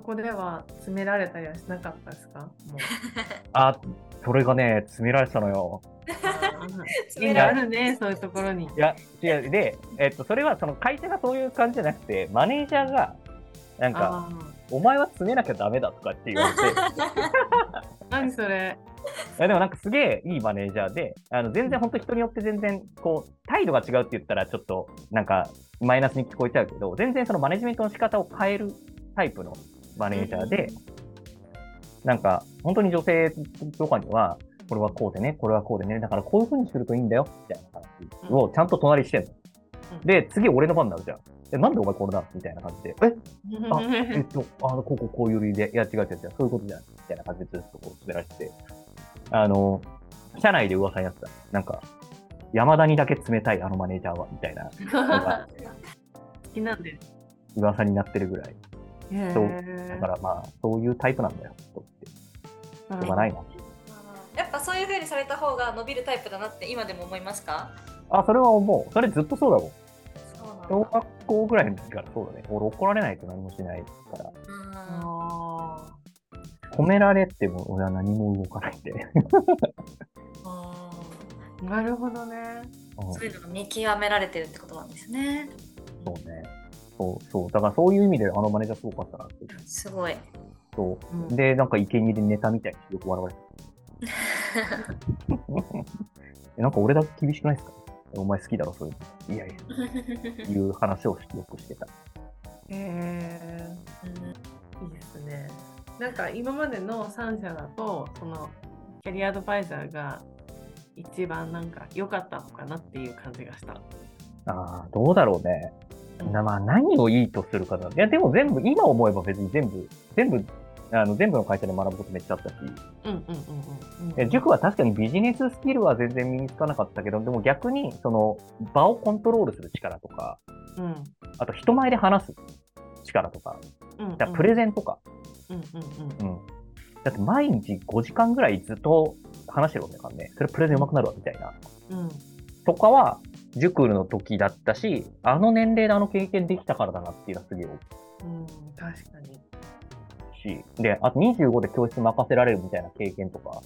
こでは詰められたりはしなかったですか？もうあ、それがね、詰められてたのよ。 縁があるね、そういうところに。 いや、違う。で、それはその会社がそういう感じじゃなくて、マネージャーが、なんか、お前は詰めなきゃダメだとかって言われて、 何それ。 いやでもなんかすげえいいマネージャーで、全然本当人によって全然、こう、態度が違うって言ったらちょっと、なんか、マイナスに聞こえちゃうけど、全然そのマネジメントの仕方を変えるタイプのマネージャーで、なんか、本当に女性とかには、これはこうでね、これはこうでね、だからこういう風にするといいんだよ、みたいな話をちゃんと隣してんの。で、次俺の番になるじゃん。なんでお前これだみたいな感じで。こういう理由で、いや、違う違う違う、そういうことじゃん。みたいな感じでずっとこう詰められてて。社内で噂になってた。なんか、山田にだけ冷たいあのマネージャーは、みたいな。なんか好きなんで。 噂になってるぐらい。そうだからまあ、そういうタイプなんだよ、とって。しょうがないな。 やっぱそういう風にされた方が伸びるタイプだなって今でも思いますか？ それは思う。それずっとそうだもん。小学校ぐらいの時からそうだね。俺怒られないと何もしないから。褒められても俺は何も動かないんで。 なるほどね。 そういうのが見極められてるってことなんですね。 そうね。そう。だからそういう意味であのマネージャーすごかったなって。 すごい。 そう。で、なんか生贄でネタみたいによく笑われてなんか俺だけ厳しくないですか？お前好きだろ、そういうの。いやいや。いう話をよくしてた。 いいですね。なんか今までの3社だと、そのキャリアアドバイザーが一番なんか良かったのかなっていう感じがした。 どうだろうね。まあ何をいいとするかだ。いやでも全部、今思えば別に全部の会社で学ぶことめっちゃあったし。塾は確かにビジネススキルは全然身につかなかったけど、でも逆にその場をコントロールする力とか、あと人前で話す力とか、プレゼンとか。だって毎日5時間ぐらいずっと話してるわけだからね。それプレゼン上手くなるわみたいな。とかは塾の時だったし、あの年齢であの経験できたからだなっていうのはすげえ大きい。 確かに。 で、あと25で教室任せられるみたいな経験とか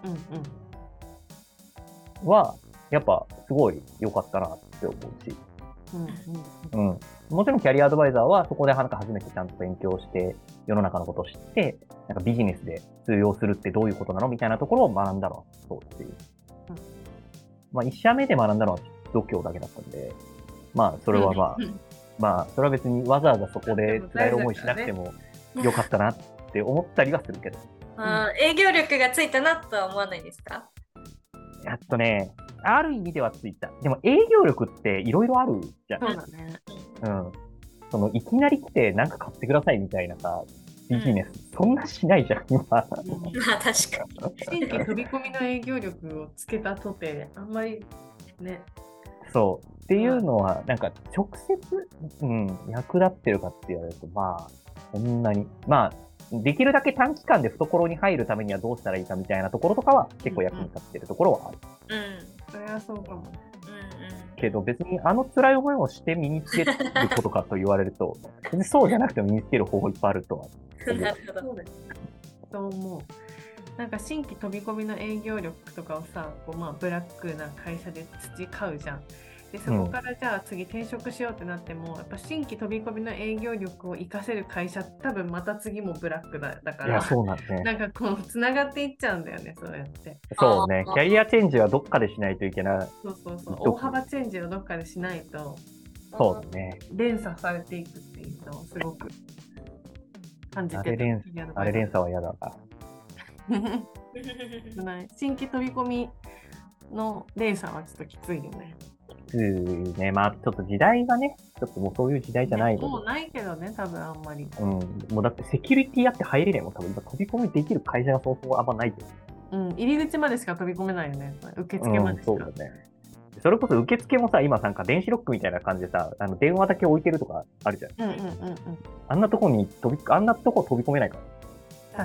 は、やっぱすごい良かったなって思うし。もちろんキャリアアドバイザーはそこで初めてちゃんと勉強して世の中のことを知って、なんかビジネスで通用するってどういうことなのみたいなところを学んだのはそうっていう。まあ1社目で学んだのは度胸だけだったんで、まあそれはまあそれは別にわざわざそこで辛い思いしなくても良かったなって思ったりはするけど。 営業力がついたなとは思わないですか？ ある意味ではついた。でも営業力っていろいろあるじゃん。 そうだね。 いきなり来てなんか買ってくださいみたいなさ、ビジネス、そんなしないじゃん、今。 確かに。 新規飛び込みの営業力をつけたとて、あんまりね。 そう。っていうのは、なんか直接、役立ってるかって言われると、まあ、そんなに。まあ、できるだけ短期間で懐に入るためにはどうしたらいいかみたいなところとかは結構役に立ってるところはある。 それはそうかも。 けど別に辛い思いをして身につけることかと言われると、別にそうじゃなくても身につける方法いっぱいあるとは。 なるほど。 そう思う。なんか新規飛び込みの営業力とかをさ、ブラックな会社で培うじゃん。でそこからじゃあ次転職しようってなっても、やっぱ新規飛び込みの営業力を活かせる会社、多分また次もブラックだから、 いやそうなんね。 なんかこうつながっていっちゃうんだよね、そうやって。 そうね、キャリアチェンジはどっかでしないといけない。 そう大幅チェンジをどっかでしないと、 そうだね。 連鎖されていくっていうのをすごく感じてた。 あれ連鎖は嫌だな。新規飛び込みの連鎖はちょっときついよね。 ね、まあちょっと時代がね、ちょっともうそういう時代じゃないので。 もうないけどね、多分あんまり。 もうだってセキュリティやって入れないもん、多分今飛び込みできる会社がそもそもあんまないけど。入り口までしか飛び込めないよね。受付までしか。 そうだね。それこそ受付もさ、今なんか電子ロックみたいな感じでさ、電話だけ置いてるとかあるじゃん。あんなとこ飛び込めないから。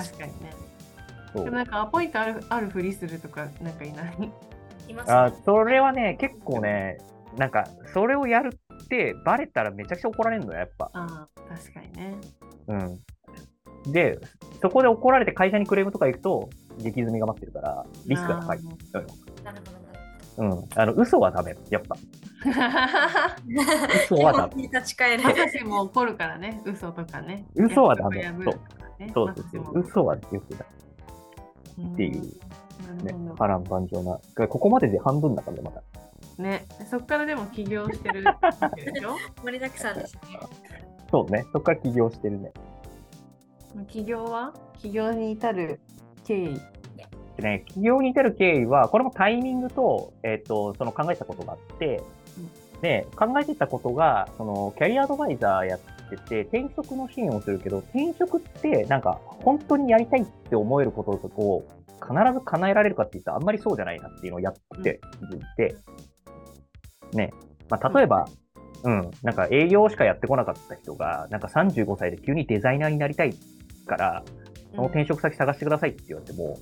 確かにね。でもなんかアポイントあるふりするとかなんかいない？ いますね。 それはね、結構ね、なんかそれをやるってバレたらめちゃくちゃ怒られるのよ、やっぱ。 確かにね。 で、そこで怒られて会社にクレームとか行くと、激詰みが待ってるから、リスクが高いのよ。 なるほど。 嘘はダメ、やっぱ。嘘はダメ。 立ち返る。 まさしも怒るからね、嘘とかね。 嘘はダメ。そう。嘘はよくない。っていう、ね、波乱万丈な。ここまでで半分だからね、また。 ね、そっからでも起業してるわけでしょ盛りだくさんですね。 そうね、そっから起業してるね。 起業に至る経緯。 ね、起業に至る経緯は、これもタイミングと、その考えたことがあって、で、考えてたことが、その、キャリアアドバイザーやってて、転職の支援をするけど、転職って、なんか、本当にやりたいって思えることを、必ず叶えられるかって言ったら、あんまりそうじゃないなっていうのをやって気づいて、ね、まあ、例えば、なんか営業しかやってこなかった人が、なんか35歳で急にデザイナーになりたいから、その転職先探してくださいって言われても、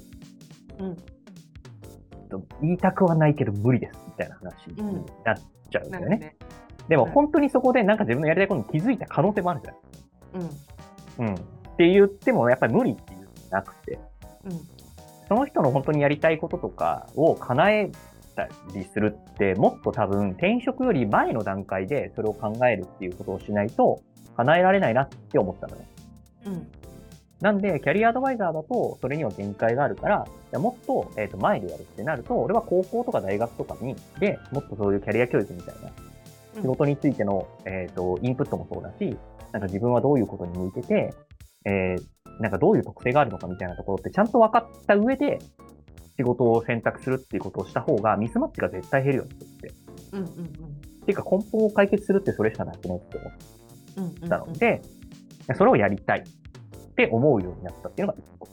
言いたくはないけど無理ですみたいな話になっちゃうんだよね。でも本当にそこでなんか自分のやりたいことに気づいた可能性もあるじゃない。って言ってもやっぱり無理っていうのなくて、その人の本当にやりたいこととかを叶えたりするって、もっと多分転職より前の段階でそれを考えるっていうことをしないと叶えられないなって思ったのね。なんで、キャリアアドバイザーだと、それには限界があるから、もっと、前でやるってなると、俺は高校とか大学とかで、もっとそういうキャリア教育みたいな、仕事についての、インプットもそうだし、なんか自分はどういうことに向いてて、なんかどういう特性があるのかみたいなところってちゃんと分かった上で、仕事を選択するっていうことをした方が、ミスマッチが絶対減るようになって。っていうか根本を解決するってそれしかなくねって思ったので、それをやりたい。って思うようになったっていうのが一個。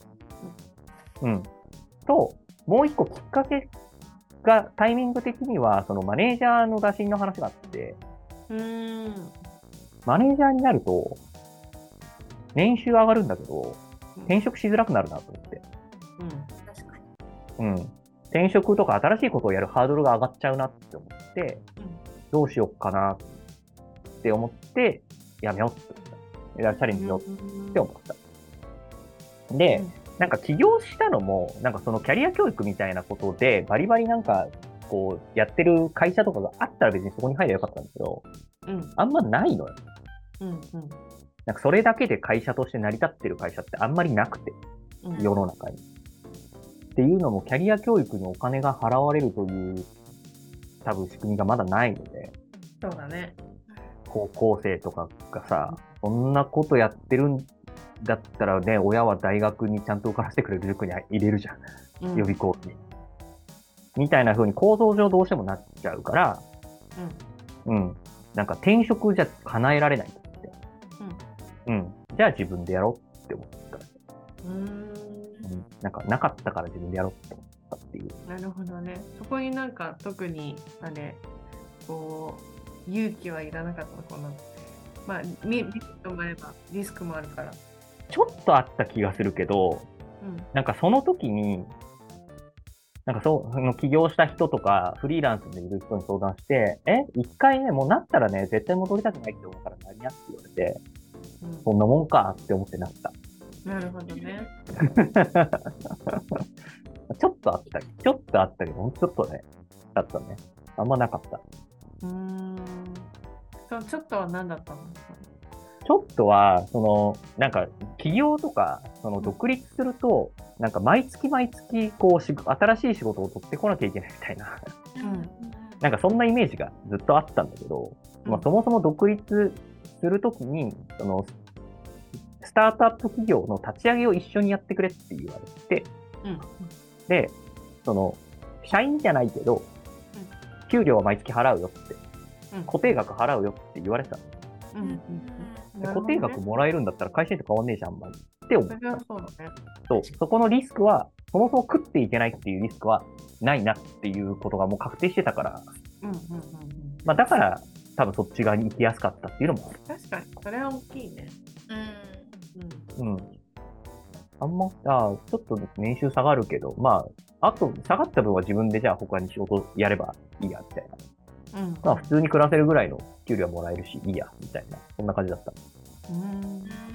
と、もう一個きっかけがタイミング的には、そのマネージャーの打診の話があって、マネージャーになると、年収上がるんだけど、転職しづらくなるなと思って。転職とか新しいことをやるハードルが上がっちゃうなって思って、どうしようかなって思って、やめようって思った。チャレンジしようって思った。で、なんか起業したのも、なんかそのキャリア教育みたいなことで、バリバリなんか、こう、やってる会社とかがあったら別にそこに入ればよかったんだけど、あんまないのよ。なんかそれだけで会社として成り立ってる会社ってあんまりなくて、世の中に。っていうのも、キャリア教育にお金が払われるという、多分仕組みがまだないので、 そうだね。 高校生とかがさ、こんなことやってるんだったらね、親は大学にちゃんと受からせてくれる塾に入れるじゃん。予備校に。みたいな風に構造上どうしてもなっちゃうから、なんか転職じゃ叶えられないって。じゃあ自分でやろうって思ったら。なんかなかったから自分でやろうって思ったっていう。 なるほどね。そこになんか特に、こう、勇気はいらなかったのかな。まあ、メリットもあればリスクもあるから。 ちょっとあった気がするけど、なんかその時に、なんかその起業した人とか、フリーランスでいる人に相談して、一回ね、もうなったらね、絶対戻りたくないって思うからなりなって言われて、そんなもんかって思ってなった。 なるほどね。 ちょっとあったけど、もうちょっとね、だったね。あんまなかった。 そのちょっとは何だったの？ ちょっとは、なんか、起業とか、独立すると、なんか、毎月毎月、こう、新しい仕事を取ってこなきゃいけないみたいな。なんか、そんなイメージがずっとあったんだけど、まあ、そもそも独立するときに、スタートアップ企業の立ち上げを一緒にやってくれって言われて、で、社員じゃないけど、給料は毎月払うよって、固定額払うよって言われてたの。固定額もらえるんだったら会社員と変わんねえじゃん、あんまり。って思った。そこのリスクは、そもそも食っていけないっていうリスクはないなっていうことがもう確定してたから、まあだから多分そっち側に行きやすかったっていうのもある。 確かに、それは大きいね。 ちょっと年収下がるけど、まあ、あと下がった分は自分でじゃあ他に仕事やればいいや、みたいな。まあ普通に暮らせるぐらいの給料もらえるし、いいや、みたいな。そんな感じだった。